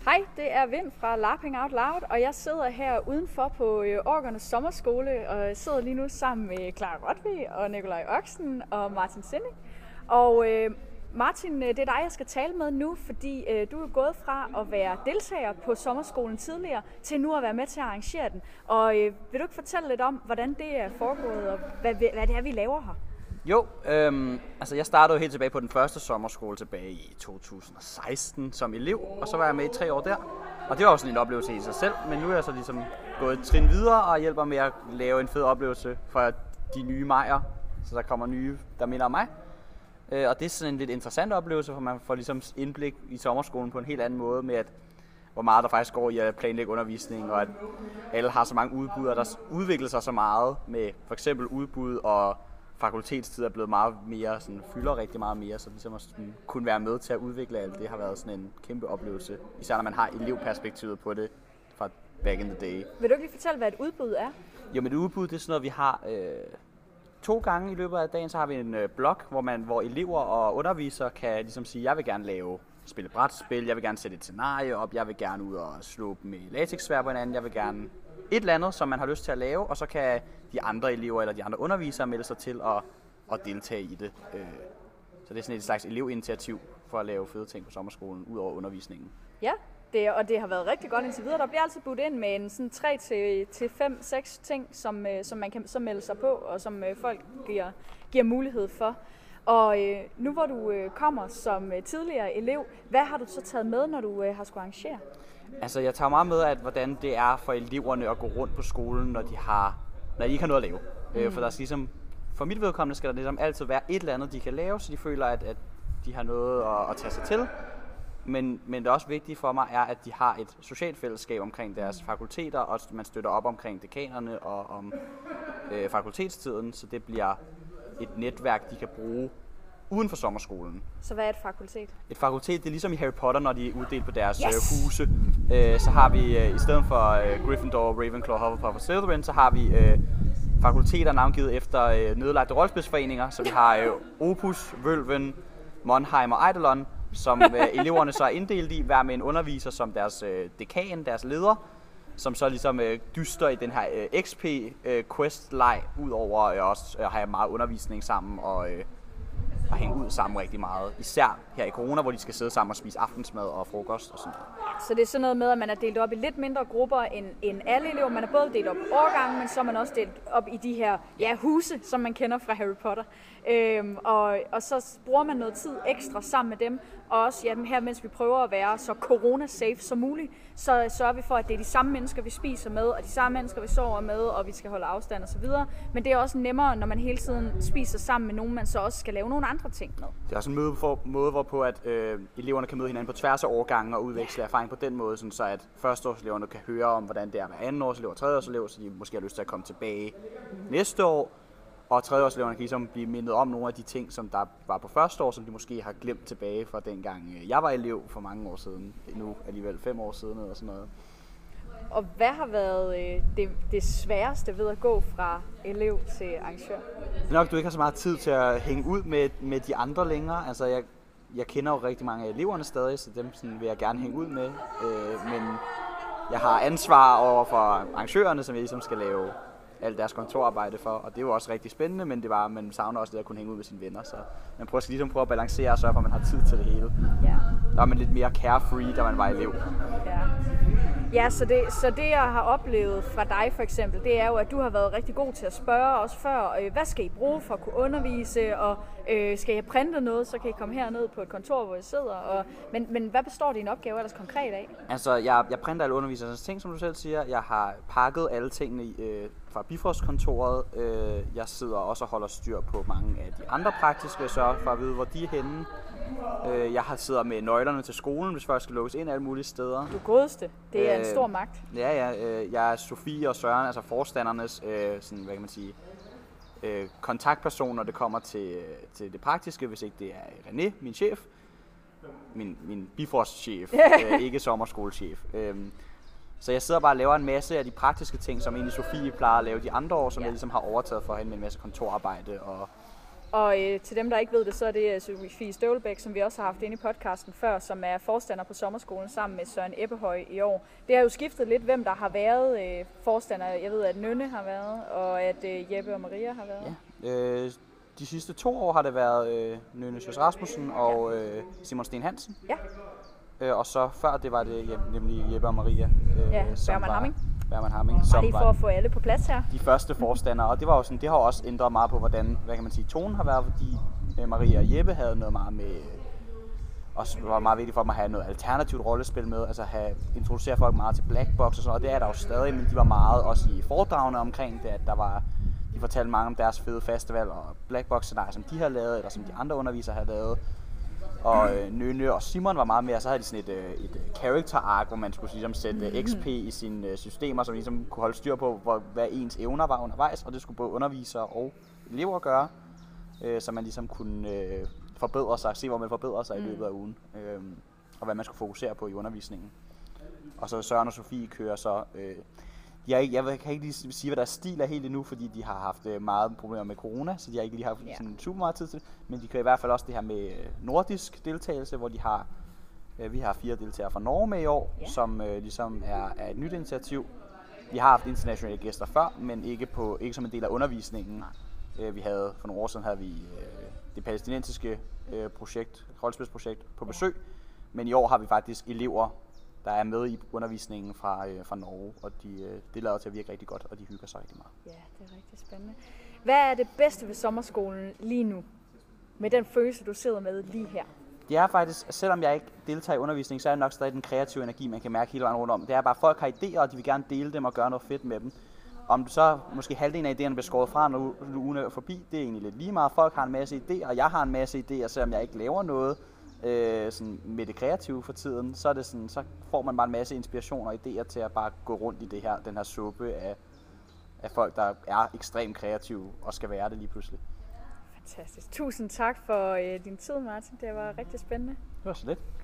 Hej, det er Vind fra Laughing Out Loud, og jeg sidder her udenfor på Orkernes sommerskole, og sidder lige nu sammen med Clara Rotvi og Nikolaj Oxen og Martin Sinding. Og Martin, det er dig, jeg skal tale med nu, fordi du er gået fra at være deltager på sommerskolen tidligere, til nu at være med til at arrangere den. Og vil du ikke fortælle lidt om, hvordan det er foregået, og hvad det er, vi laver her? Jo, altså jeg startede jo helt tilbage på den første sommerskole tilbage i 2016 som elev, og så var jeg med i 3 år der. Og det var også sådan en oplevelse i sig selv, men nu er jeg så ligesom gået et trin videre og hjælper med at lave en fed oplevelse for de nye majer, så der kommer nye, der minder om mig. Og det er sådan en lidt interessant oplevelse, for man får ligesom indblik i sommerskolen på en helt anden måde med, at hvor meget der faktisk går i at planlægge undervisning, og at alle har så mange udbud, og der udvikler sig så meget med for eksempel udbud og fakultetstid er blevet meget mere, sådan, fylder rigtig meget mere, så ligesom at kunne være med til at udvikle alt det har været sådan en kæmpe oplevelse, især når man har elevperspektivet på det fra back in the day. Vil du ikke lige fortælle, hvad et udbud er? Jo, men et udbud, det er sådan noget, vi har 2 gange i løbet af dagen, så har vi en blog, hvor elever og undervisere kan ligesom sige, jeg vil gerne spille brætspil, jeg vil gerne sætte et scenarie op, jeg vil gerne ud og slå med latexsværd på hinanden, jeg vil gerne et eller andet, som man har lyst til at lave, og så kan de andre elever eller de andre undervisere melde sig til at deltage i det. Så det er sådan et slags elevinitiativ for at lave fede ting på sommerskolen, ud over undervisningen. Ja, det har været rigtig godt indtil videre. Der bliver altid budt ind med en sådan 3 til 5-6 ting, som man kan så melde sig på, og som folk giver mulighed for. Og nu hvor du kommer som tidligere elev, hvad har du så taget med, når du har skulle arrangere? Altså jeg tager meget med, at hvordan det er for eleverne at gå rundt på skolen, når de ikke har noget at lave. For der skal ligesom, for mit vedkommende skal der ligesom altid være et eller andet, de kan lave, så de føler, at de har noget at tage sig til. Men det er også vigtigt for mig, er, at de har et socialt fællesskab omkring deres fakulteter, og man støtter op omkring dekanerne og om fakultetstiden, så det bliver et netværk, de kan bruge uden for sommerskolen. Så hvad er et fakultet? Et fakultet, det er ligesom i Harry Potter, når de er uddelt på deres huse. Så har vi, i stedet for Gryffindor, Ravenclaw, Hufflepuff og Slytherin, så har vi fakulteter navngivet efter nedlagte rollespilsforeninger. Så vi har Opus, Vølven, Monheim og Eidolon, som eleverne så er inddelt i, hver med en underviser som deres dekan, deres leder, som så ligesom dyster i den her XP-quest-leg, ud over også at have meget undervisning sammen og hænge ud sammen rigtig meget. Især her i corona, hvor de skal sidde sammen og spise aftensmad og frokost og sådan noget. Så det er sådan noget med, at man er delt op i lidt mindre grupper end alle elever. Man er både delt op i årgangen, men så er man også delt op i de her huse, som man kender fra Harry Potter. Og så bruger man noget tid ekstra sammen med dem. Og også her, mens vi prøver at være så corona-safe som muligt, så sørger vi for, at det er de samme mennesker, vi spiser med, og de samme mennesker, vi sover med, og vi skal holde afstand og så videre. Men det er også nemmere, når man hele tiden spiser sammen med nogen, man så også skal lave nogle andre ting med. Det er også en måde, hvorpå at eleverne kan møde hinanden på tværs af årgangen og udveksle erfaring på den måde, sådan så at førsteårseleverne kan høre om, hvordan det er med andenårselever og tredjeårselever, så de måske har lyst til at komme tilbage næste år. Og tredjeårseleverne kan ligesom blive mindet om nogle af de ting, som der var på første år, som de måske har glemt tilbage fra dengang jeg var elev for mange år siden. Nu alligevel 5 år siden eller sådan noget. Og hvad har været det sværeste ved at gå fra elev til arrangør? Det er nok, du ikke har så meget tid til at hænge ud med de andre længere. Altså jeg kender jo rigtig mange af eleverne stadig, så dem sådan, vil jeg gerne hænge ud med. Men jeg har ansvar over for arrangørerne, som jeg ligesom skal lave alt deres kontorarbejde for, og det er jo også rigtig spændende, men man savner også det at kunne hænge ud med sine venner, så man prøver at balancere og sørge for, at man har tid til det hele. Ja. Der var man lidt mere carefree, da man var elev. Ja, så det jeg har oplevet fra dig for eksempel, det er jo, at du har været rigtig god til at spørge os før, hvad skal I bruge for at kunne undervise, og skal jeg printe noget, så kan I komme herned på et kontor, hvor jeg sidder. Men hvad består din opgave ellers konkret af? Altså, jeg printer alle undervisernes ting, som du selv siger. Jeg har pakket alle tingene fra Bifrostkontoret. Jeg sidder også og holder styr på mange af de andre praktiske, og sørger for at vide, hvor de er henne. Jeg sidder med nøglerne til skolen, hvis folk skal lukkes ind alle mulige steder. Du godeste. Det er en stor magt. Ja. Jeg er Sofie og Søren, altså forstandernes sådan, hvad kan man sige, kontaktperson, når det kommer til det praktiske, hvis ikke det er René, min chef. Min Bifrost-chef, ikke sommerskolechef. Så jeg sidder bare og laver en masse af de praktiske ting, som egentlig Sofie plejer at lave de andre år, som jeg ligesom har overtaget for hende med en masse kontorarbejde og Og til dem, der ikke ved det, så er det Sofie Støvlebæk, som vi også har haft inde i podcasten før, som er forstander på sommerskolen sammen med Søren Ebbehøj i år. Det har jo skiftet lidt, hvem der har været forstander. Jeg ved, at Nynne har været, og at Jeppe og Maria har været. Ja. De sidste 2 år har det været Nynne Sjøs Rasmussen og Simon Sten Hansen. Ja. Og så før det var det nemlig Jeppe og Maria. Bergman Hamming. Bergman Hamming, som lige for at få alle på plads her. De første forstandere, og det var jo sådan, det har også ændret meget på, hvordan, hvad kan man sige, tonen har været, fordi Maria og Jeppe havde noget meget med, også var meget vigtigt for dem at have noget alternativt rollespil med, altså introducere folk meget til Black Box og sådan noget, og det er der jo stadig, men de var meget også i foredragene omkring det, at der var, de fortalte mange om deres fede festival og Black Box scenarier, som de har lavet, eller som de andre undervisere har lavet. Og Nynne og Simon var meget mere, så havde de sådan et character arc, hvor man skulle ligesom sætte XP i sine systemer, som ligesom kunne holde styr på, hvad ens evner var undervejs, og det skulle både undervisere og elever gøre, så man ligesom kunne forbedre sig, se hvor man forbedrer sig i løbet af ugen, og hvad man skulle fokusere på i undervisningen. Og så Søren og Sofie kører så, jeg kan ikke lige sige, hvad deres stil er helt endnu, fordi de har haft meget problemer med corona, så de har ikke lige haft sådan super meget tid til det. Men de kører i hvert fald også det her med nordisk deltagelse, hvor de har, vi har 4 deltagere fra Norge med i år, som ligesom er et nyt initiativ. Vi har haft internationale gæster før, men ikke som en del af undervisningen. Vi havde, for nogle år siden havde vi det palæstinensiske rollespilsprojekt på besøg, men i år har vi faktisk elever, der er med i undervisningen fra Norge, og det lader til at virke rigtig godt, og de hygger sig rigtig meget. Ja, det er rigtig spændende. Hvad er det bedste ved sommerskolen lige nu, med den følelse, du sidder med lige her? Det er faktisk, selvom jeg ikke deltager i undervisning, så er det nok stadig den kreative energi, man kan mærke hele vejen rundt om. Det er bare, at folk har idéer, og de vil gerne dele dem og gøre noget fedt med dem. Om så måske halvdelen af idéerne bliver skåret fra, når ugen er forbi, det er egentlig lidt lige meget. Folk har en masse idéer, og jeg har en masse idéer, selvom jeg ikke laver noget. Sådan med det kreative for tiden, så er det sådan, så får man bare en masse inspiration og idéer til at bare gå rundt i den her suppe af folk, der er ekstremt kreative og skal være det lige pludselig. Fantastisk. Tusind tak for din tid, Martin. Det var rigtig spændende. Det var så lidt.